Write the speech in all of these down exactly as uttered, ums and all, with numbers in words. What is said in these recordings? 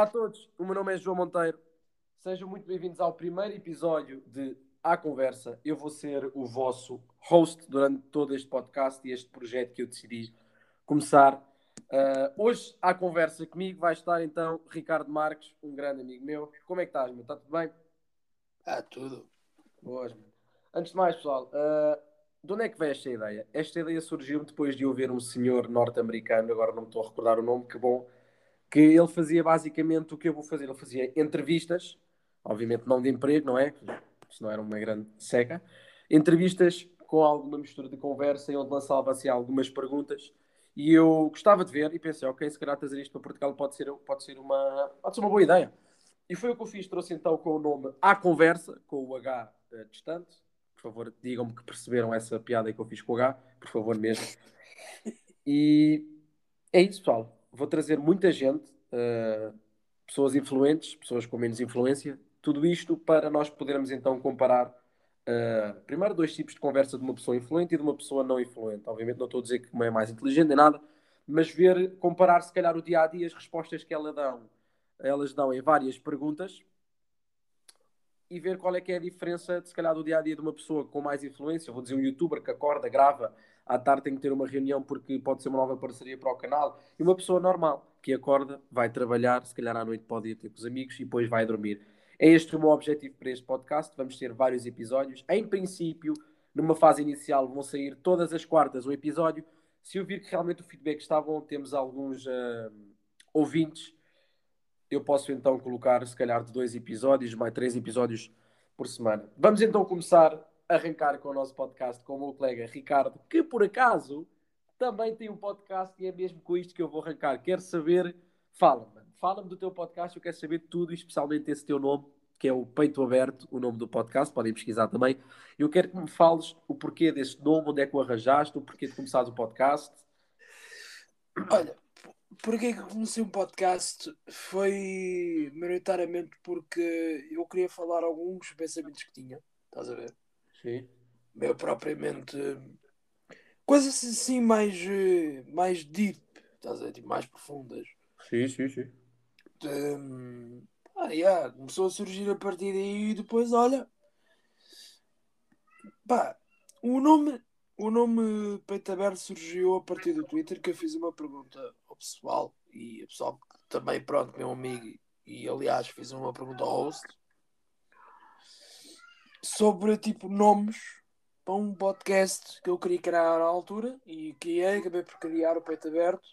Olá a todos, o meu nome é João Monteiro. Sejam muito bem-vindos ao primeiro episódio de À Conversa. Eu vou ser o vosso host durante todo este podcast e este projeto que eu decidi começar. Uh, hoje, à conversa comigo, vai estar então Ricardo Marques, um grande amigo meu. Como é que estás, meu? Está tudo bem? Ah, tudo. Boas, meu. Antes de mais, pessoal, uh, de onde é que veio esta ideia? Esta ideia surgiu depois de eu ver um senhor norte-americano, agora não me estou a recordar o nome, que bom, que ele fazia basicamente o que eu vou fazer. Ele fazia entrevistas, obviamente não de emprego, não é? Isso não era uma grande seca. Entrevistas com alguma mistura de conversa, e onde lançava assim algumas perguntas. E eu gostava de ver e pensei, ok, se calhar trazer isto para Portugal pode ser, pode ser, uma, pode ser uma boa ideia. E foi o que eu fiz, trouxe então com o nome À Conversa, com o H uh, distante. Por favor, digam-me que perceberam essa piada que eu fiz com o H, por favor mesmo. E é isso, pessoal. Vou trazer muita gente, uh, pessoas influentes, pessoas com menos influência, tudo isto para nós podermos então comparar uh, primeiro dois tipos de conversa de uma pessoa influente e de uma pessoa não influente. Obviamente não estou a dizer que uma é mais inteligente nem nada, mas ver, comparar se calhar o dia a dia, as respostas que ela dão, elas dão em várias perguntas e ver qual é que é a diferença, de, se calhar, do dia a dia de uma pessoa com mais influência. Eu vou dizer um youtuber que acorda, grava, à tarde tem que ter uma reunião porque pode ser uma nova parceria para o canal, e uma pessoa normal que acorda, vai trabalhar, se calhar à noite pode ir ter com os amigos e depois vai dormir. É este o meu objetivo para este podcast. Vamos ter vários episódios. Em princípio, numa fase inicial, vão sair todas as quartas um episódio. Se eu vir que realmente o feedback está bom, temos alguns uh, ouvintes, eu posso então colocar, se calhar, de dois episódios, mais três episódios por semana. Vamos então começar a arrancar com o nosso podcast com o meu colega Ricardo, que por acaso também tem um podcast e é mesmo com isto que eu vou arrancar. Quero saber, fala-me, fala-me do teu podcast, eu quero saber tudo, especialmente esse teu nome, que é o Peito Aberto, o nome do podcast, podem pesquisar também. Eu quero que me fales o porquê desse nome, onde é que o arranjaste, o porquê de começares o podcast. Olha, porquê que eu comecei um podcast foi maioritariamente porque eu queria falar alguns pensamentos que tinha, estás a ver? Sim, Meu propriamente coisas assim mais, eh, mais deep, estás a ver? Tipo, mais profundas. sim, sim, sim. Hum, ah, yeah, começou a surgir a partir daí e depois, olha, pá, o nome, o nome Peito Aberto surgiu a partir do Twitter que eu fiz uma pergunta ao pessoal e o pessoal também, pronto, meu amigo, e aliás fiz uma pergunta ao host sobre tipo nomes para um podcast que eu queria criar à altura e criei, acabei por criar o Peito Aberto.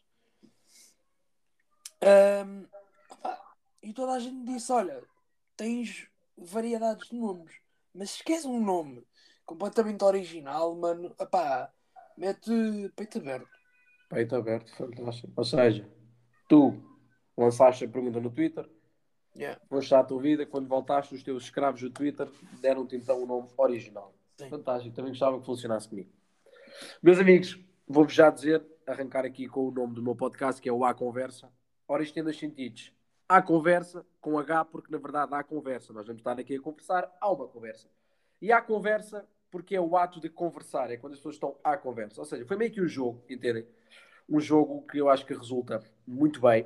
Ahm, pá, e toda a gente disse: olha, tens variedades de nomes, mas se queres um nome completamente original, mano, epá, mete Peito Aberto. Peito aberto, fantástico. Ou seja, tu lançaste a pergunta no Twitter, Yeah, foste à tua vida, quando voltaste, os teus escravos do Twitter deram-te então o nome original. sim. Fantástico, também gostava que funcionasse comigo. Meus amigos, vou-vos já dizer, arrancar aqui com o nome do meu podcast, que é o A Conversa. Ora, isto tem dois sentidos. Há conversa com H, porque na verdade há conversa. Nós vamos estar aqui a conversar, há uma conversa. E há conversa porque é o ato de conversar, é quando as pessoas estão à conversa. Ou seja, foi meio que um jogo, entendem? Um jogo que eu acho que resulta muito bem.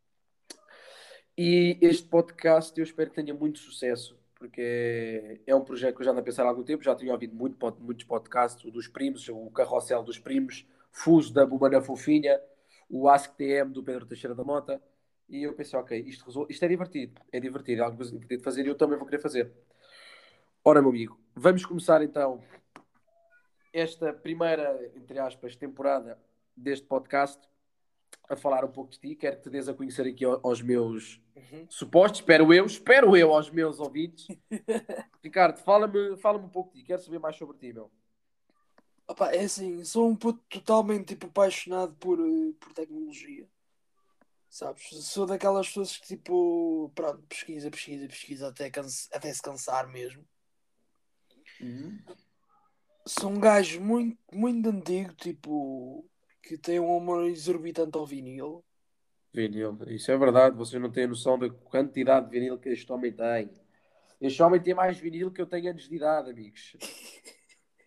E este podcast eu espero que tenha muito sucesso, porque é um projeto que eu já ando a pensar há algum tempo, já tinha ouvido muito, muitos podcasts, o dos primos, o Carrossel dos Primos, Fuso da Bumana Fofinha, o Ask T M do Pedro Teixeira da Mota, e eu pensei, ok, isto, resol... isto é divertido, é divertido, é algo divertido de fazer e eu também vou querer fazer. Ora, meu amigo, vamos começar então esta primeira, entre aspas, temporada deste podcast a falar um pouco de ti. Quero que te des a conhecer aqui aos meus Uhum. supostos, espero eu, espero eu aos meus ouvintes. Ricardo, fala-me fala um pouco de ti. Quero saber mais sobre ti, meu. Opa, é assim, sou um puto totalmente tipo, apaixonado por, eh, por tecnologia. Sabes? Sou daquelas pessoas que tipo, pronto, pesquisa, pesquisa, pesquisa até, canse, até se cansar mesmo. Uhum. Sou um gajo muito, muito antigo, tipo, que tem um amor exorbitante ao vinil. Vinil, isso é verdade. Vocês não têm noção da quantidade de vinil que este homem tem. Este homem tem mais vinil que eu tenho anos de idade, amigos.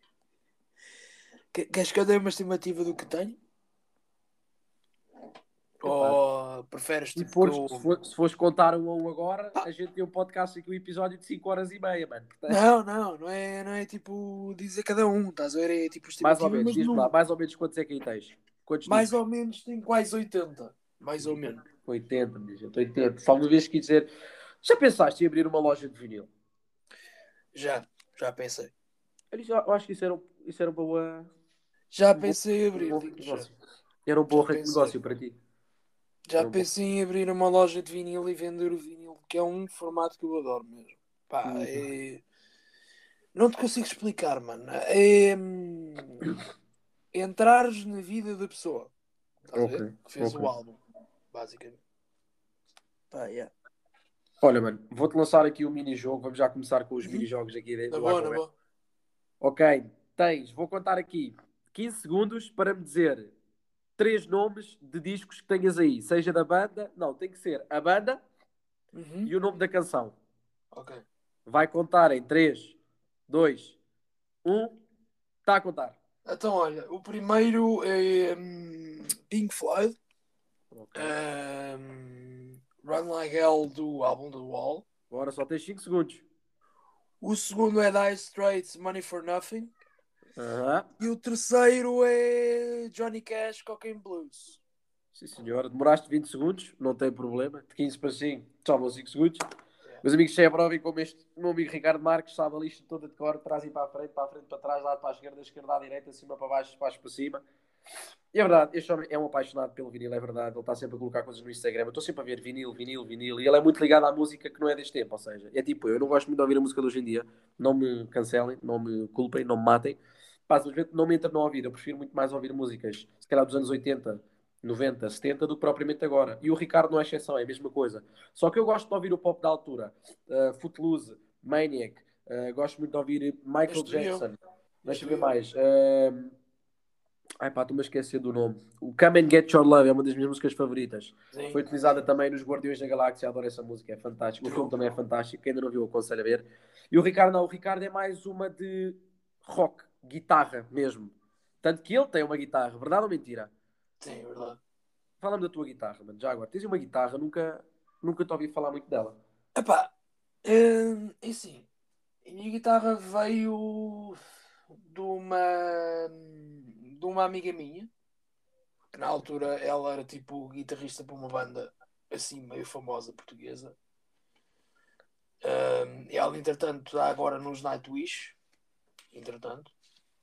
Que- Queres que eu dê uma estimativa do que tenho? Epá, Ou preferes se tipo que fores, eu. se for- se fores contar um a um agora, Ah, a gente tem um podcast aqui, um episódio de cinco horas e meia, mano. Portanto, não, não, não é, não é tipo dizer cada um, estás a ver? É tipo mais ou estimativa, menos, mas diz-me lá, não. mais ou menos quantos é que aí tens? Quantos Mais discos? ou menos tem quase oitenta. Mais ou menos. oitenta, me diz, oitenta. Só uma vez que dizer, já pensaste em abrir uma loja de vinil? Já, já pensei. Eu já- eu acho que isso era, um- isso era uma boa, Já um bom, pensei em um abrir, bom rede digo de já. negócio. Era um bom Já rede de pensei. negócio para ti. Já Era um bom. pensei em abrir uma loja de vinil e vender o vinil, que é um formato que eu adoro mesmo. Pá, Uhum. é. Não te consigo explicar, mano. É. hum, Entrares na vida da pessoa. Estás a Ok, ver? Que fez ok. o álbum, basicamente. Pá, yeah. Olha, mano, vou-te lançar aqui um mini-jogo. Vamos já começar com os Uhum. mini-jogos aqui de- Na do boa, na Aquaman. boa. Ok, tens, vou contar aqui quinze segundos para me dizer três nomes de discos que tenhas aí. Seja da banda, não, tem que ser a banda Uhum. e o nome da canção. Ok. Vai contar em três, dois, um. Está a contar. Então, olha, o primeiro é hum, Pink Floyd, Ok. hum, Run Like Hell do álbum The Wall. Agora só tens cinco segundos. O segundo é Dire Straits, Money for Nothing. Aham. E o terceiro é Johnny Cash, Cocaine Blues. Sim, senhora. Demoraste vinte segundos, não tem problema. De quinze para cinco, só vão cinco segundos. Yeah. Meus amigos, se é a prova, e como este o meu amigo Ricardo Marques sabe a lista toda de cor, traz e para a frente, para a frente, para trás, lado para a esquerda, esquerda à direita, cima para baixo, baixo para cima. E é verdade, este homem é um apaixonado pelo vinil, é verdade. Ele está sempre a colocar coisas no Instagram. Eu estou sempre a ver vinil, vinil, vinil. E ele é muito ligado à música que não é deste tempo. Ou seja, é tipo eu. Eu não gosto muito de ouvir a música de hoje em dia. Não me cancelem, não me culpem, não me matem. Pá, simplesmente não me entra não ouvir. Eu prefiro muito mais ouvir músicas, se calhar dos anos oitenta, noventa, setenta, do que propriamente agora. E o Ricardo não é exceção, é a mesma coisa. Só que eu gosto de ouvir o pop da altura. Uh, Footloose, Maniac. Uh, gosto muito de ouvir Michael Este eu. Jackson. Deixa eu Este ver eu. mais. Uh, Ai pá, estou-me a esquecer do nome. O Come and Get Your Love é uma das minhas músicas favoritas. Foi Sim, utilizada sim. também nos Guardiões da Galáxia. Adoro essa música, é fantástico. O filme True. também é fantástico. Quem ainda não viu, aconselho a ver. E o Ricardo, não. O Ricardo é mais uma de rock, guitarra mesmo. Tanto que ele tem uma guitarra, verdade ou mentira? Sim, é verdade. Fala-me da tua guitarra, mano. Já agora, tens uma guitarra, nunca, nunca te ouvi falar muito dela. Epá, hum, é assim. A minha guitarra veio de uma, de uma amiga minha, que na altura ela era tipo guitarrista para uma banda assim meio famosa portuguesa. Um, e ela, entretanto, está agora nos Nightwish. Entretanto,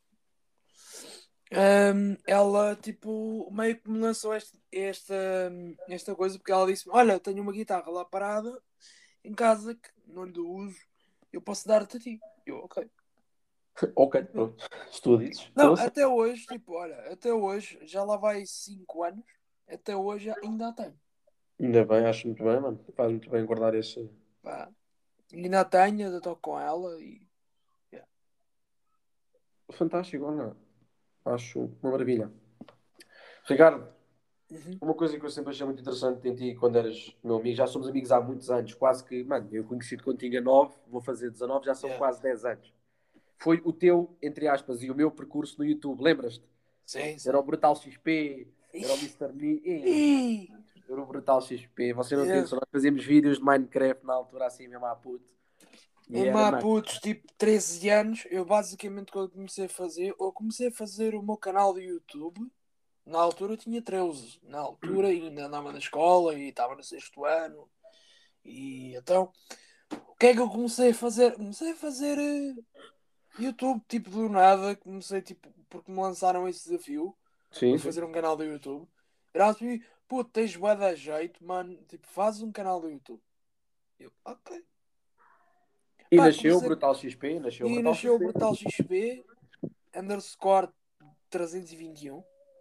Um, ela tipo meio que me lançou este- esta, esta coisa porque ela disse: Olha, tenho uma guitarra lá parada em casa que não lhe dou uso, eu posso dar-te a ti. Eu, ok. Ok, pronto. Se tu dizes, Não, ouça. até hoje, tipo, olha, até hoje, já lá vai cinco anos, até hoje ainda a tenho. Ainda bem, acho muito bem, mano. Faz muito bem guardar esse. Pá, ainda a tenho, ainda toco com ela e. Yeah. Fantástico, olha. Acho uma maravilha. Ricardo, Uhum. uma coisa que eu sempre achei muito interessante em ti quando eras meu amigo, já somos amigos há muitos anos, quase que, mano, eu conheci-te quando tinha nove, vou fazer dezanove, já são Yeah. quase dez anos. Foi o teu, entre aspas, e o meu percurso no YouTube, lembras-te? Sim, Era o sim. Brutal X P, era o Ixi. mister Me, Ih, Ih. era o Brutal X P. Você não tem Yeah. noção, nós fazíamos vídeos de Minecraft na altura assim mesmo à puto. E Em era, mano, Maputos, tipo treze anos, eu basicamente quando comecei a fazer, eu comecei a fazer o meu canal do YouTube. Na altura eu tinha treze. Na altura ainda andava na escola e estava no sexto ano. E então, o que é que eu comecei a fazer? Comecei a fazer eh, YouTube, tipo do nada. Comecei, tipo, porque me lançaram esse desafio sim, para sim. fazer um canal do YouTube. Era assim, pô, tens bué da jeito, mano. Tipo, faz um canal do YouTube. Eu, ok. E Pá, nasceu o comecei. Brutal X P, nasceu o E Brutal nasceu o X P. Brutal X P, underscore trezentos e vinte e um.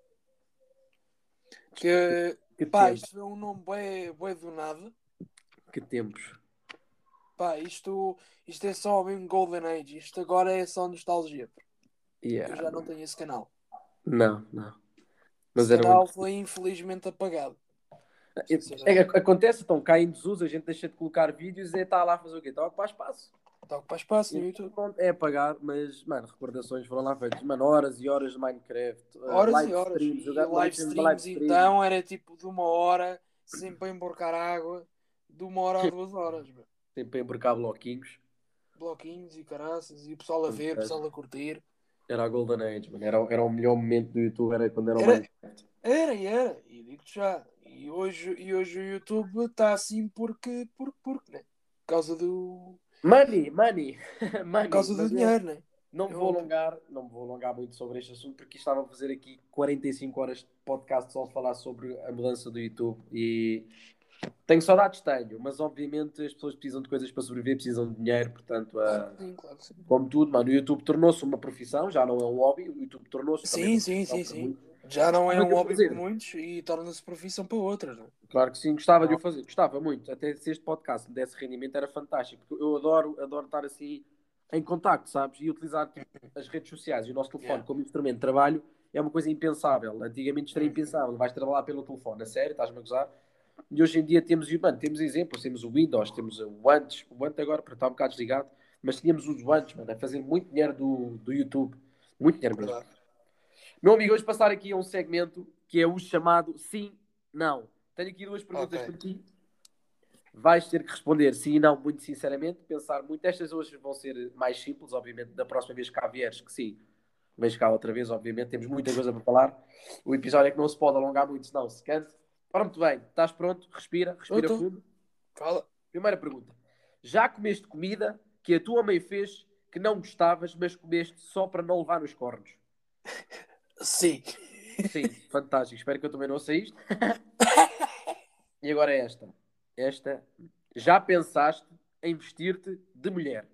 Que, Que, que pá, tempos, isto é um nome bué, bué do nada. que tempos. Pá, isto, isto é só mesmo Golden Age. Isto agora é só nostalgia. Eu Yeah, já não tenho esse canal. não, não. Esse Mas era muito. canal foi infelizmente apagado. É, é, Sinceramente. acontece, então, cá em desuso, a gente deixa de colocar vídeos e está lá a fazer o quê? Está a ocupar espaço. Está a ocupar espaço no E, YouTube. pronto, é apagar, mas, mano, recordações foram lá feitas. Mano, horas e horas de Minecraft, uh, Horas e live horas. streams. Eu E ga- mandei live sempre uma live streams stream. então era tipo de uma hora, sempre a emborcar água, de uma hora a duas horas, meu. Sempre a embarcar bloquinhos. Bloquinhos e caraças, e o pessoal a ver, o pessoal a curtir. Era a Golden Age, mano. Era, era o melhor momento do YouTube, era quando era o Era, Minecraft. era, e era. E digo-te já. E hoje, e hoje o YouTube está assim porque, porque, porque, né? Por causa do, Money, money, por money. causa do Mas é, dinheiro, né? não me É vou óbvio. alongar, não me vou alongar muito sobre este assunto, porque estava a fazer aqui quarenta e cinco horas de podcast só a falar sobre a mudança do YouTube e tenho saudades, tenho, mas obviamente as pessoas precisam de coisas para sobreviver, precisam de dinheiro, portanto, Claro ah, que sim, claro que sim. como tudo, mano, o YouTube tornou-se uma profissão, já não é um hobby, o YouTube tornou-se também Sim, uma sim, profissão sim, para sim. muitos. Já não é Gostava um de o hobby para fazer, muitos e torna-se profissão para outras, né? claro que sim, gostava de o Não. fazer, gostava muito, até se este podcast me desse rendimento era fantástico, porque eu adoro, adoro estar assim em contacto, sabes, e utilizar tipo, as redes sociais e o nosso telefone Yeah. como instrumento de trabalho é uma coisa impensável, antigamente isto era Uhum. impensável, vais trabalhar pelo telefone, a sério, estás-me a gozar? E hoje em dia temos, mano, temos exemplos, temos o Windows, temos o Antes, o Antes agora para estar um bocado desligado, mas tínhamos os Antes, mano, a fazer muito dinheiro do, do YouTube, muito dinheiro mesmo. Verdade. Meu amigo, vamos passar aqui a um segmento que é o chamado Sim, Não. Tenho aqui duas perguntas Ok. para ti. Vais ter que responder sim e não, muito sinceramente, pensar muito. Estas hoje vão ser mais simples, obviamente, da próxima vez que cá vieres, que sim, vens cá outra vez, obviamente, temos muita coisa para falar. O episódio é que não se pode alongar muito, senão se cante. Ora, muito bem, estás pronto? Respira, Tô, respira tô. fundo. Fala. Primeira pergunta. Já comeste comida que a tua mãe fez que não gostavas, mas comeste só para não levar nos cornos? Sim. Sim, fantástico. Espero que eu também não ouça isto. E agora é esta. Esta. Já pensaste em vestir-te de mulher?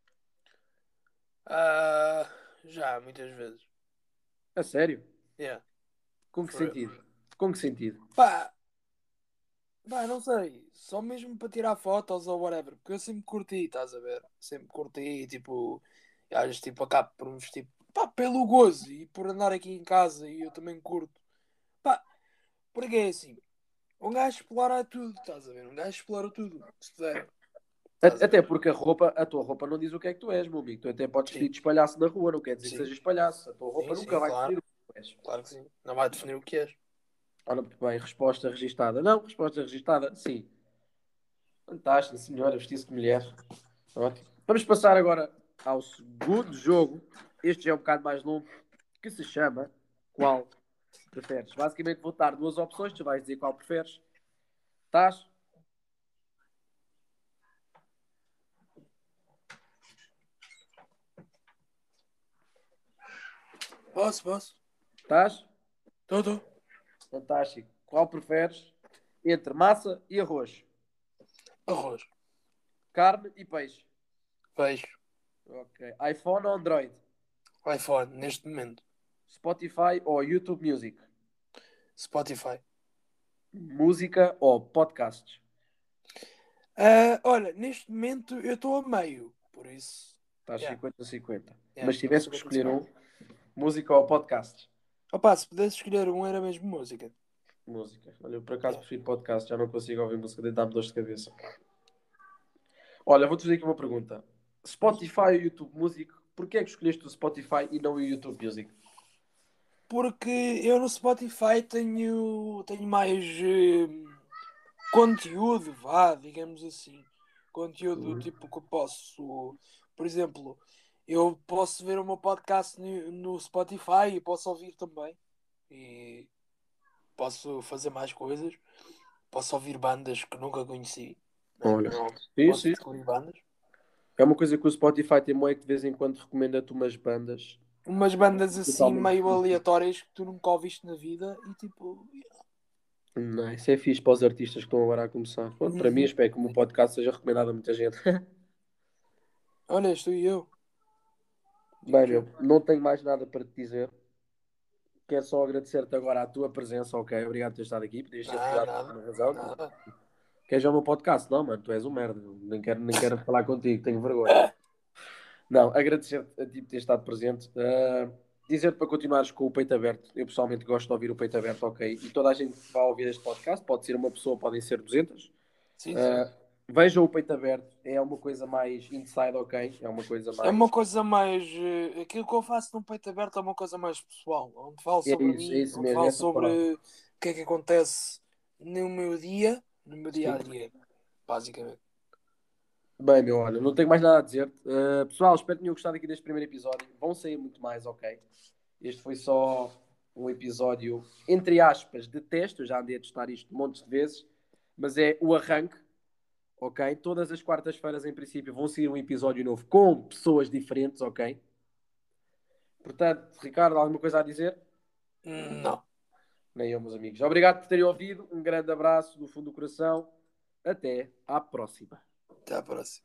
Ah, já, muitas vezes. A sério? Yeah, Com que for real. sentido? Com que sentido? Pá, pá, não sei. Só mesmo para tirar fotos ou whatever. Porque eu sempre curti, estás a ver? Sempre curti, tipo, às vezes tipo, acabo por me vestir, pá, pelo gozo e por andar aqui em casa e eu também curto. Pá, porque é assim, um gajo explora tudo, estás a ver? Um gajo explora tudo, se der, estás A- a Até ver? porque a roupa, a tua roupa não diz o que é que tu és, meu amigo. Tu até podes vestir Sim, de espalhaço na rua, não quer dizer que sim, sejas palhaço. A tua roupa sim, nunca sim, vai claro. definir o que tu és. Claro que sim. Não vai definir o que és. Ora, muito bem, resposta registada. Não, resposta registada, sim. Fantástico, senhora, vestir-se de mulher. Ótimo. Vamos passar agora ao segundo jogo. Este já é um bocado mais longo, que se chama Qual Preferes? Basicamente vou dar duas opções, tu vais dizer qual preferes. Estás? Posso, posso? Estás? Tô, tô. Fantástico. Qual preferes? Entre massa e arroz. Arroz. Carne e peixe. Peixe. Ok. iPhone ou Android? iPhone, neste momento. Spotify ou YouTube Music? Spotify. Música ou podcasts? Ah, olha, neste momento eu estou a meio. Por isso. Estás Yeah, cinquenta a cinquenta. yeah, Mas se estou no tivesse que cinquenta escolher um, cinquenta. música ou podcasts? Opa, se pudesse escolher um, era mesmo música. Música. Olha, eu por acaso Yeah. prefiro podcast, já não consigo ouvir música, de dar-me dor de cabeça. Olha, vou-te fazer aqui uma pergunta. Spotify ou YouTube Music, porquê é que escolheste o Spotify e não o YouTube Music? Porque eu no Spotify tenho, tenho mais eh, conteúdo, vá, digamos assim. Conteúdo Uhum. tipo que eu posso. Por exemplo, eu posso ver o meu podcast no, no Spotify e posso ouvir também. E posso fazer mais coisas. Posso ouvir bandas que nunca conheci. Né? Olha, Não, sim, posso sim. descobrir bandas. É uma coisa que o Spotify tem, é que de vez em quando recomenda-te umas bandas Umas bandas assim totalmente meio desconhecidas. aleatórias que tu nunca ouviste na vida e tipo. Não, isso é fixe para os artistas que estão agora a começar. Pronto, para mim, Uhum. espero que o meu podcast seja recomendado a muita gente. Olha, estou e eu. Bem, Digo-te já. meu, não tenho mais nada para te dizer. Quero só agradecer-te agora a tua presença, ok? Obrigado por ter estado aqui. Podias ter Ah, ficado por nada. uma razão. Nada. Queres ver o meu podcast? Não, mano, tu és um merda. Nem quero, nem quero falar contigo, tenho vergonha. Não, agradecer-te a ti por ter estado presente. Ah, dizer-te para continuares com o peito aberto. Eu pessoalmente gosto de ouvir o peito aberto, ok? E toda a gente que vai ouvir este podcast, pode ser uma pessoa, podem ser duzentas. Sim, sim. Ah, Vejam o peito aberto, é uma coisa mais inside, ok? É uma coisa É mais. uma coisa mais. eh, Aquilo que eu faço num peito aberto é uma coisa mais pessoal, onde falo É sobre isso, é mim, isso onde mesmo, falo essa palavra. sobre o que é que acontece no meu dia, no meu dia a Sim. dia, basicamente. Bem, meu, olha, não tenho mais nada a dizer. Uh, pessoal, espero que tenham gostado aqui deste primeiro episódio. Vão sair muito mais, ok? Este foi só um episódio, entre aspas, de teste. Eu já andei a testar isto montes de vezes, mas é o arranque, ok? Todas as quartas-feiras, em princípio, vão sair um episódio novo com pessoas diferentes, ok? Portanto, Ricardo, alguma coisa a dizer? Não. Nem eu, meus amigos. Obrigado por terem ouvido. Um grande abraço do fundo do coração. Até à próxima. Até à próxima.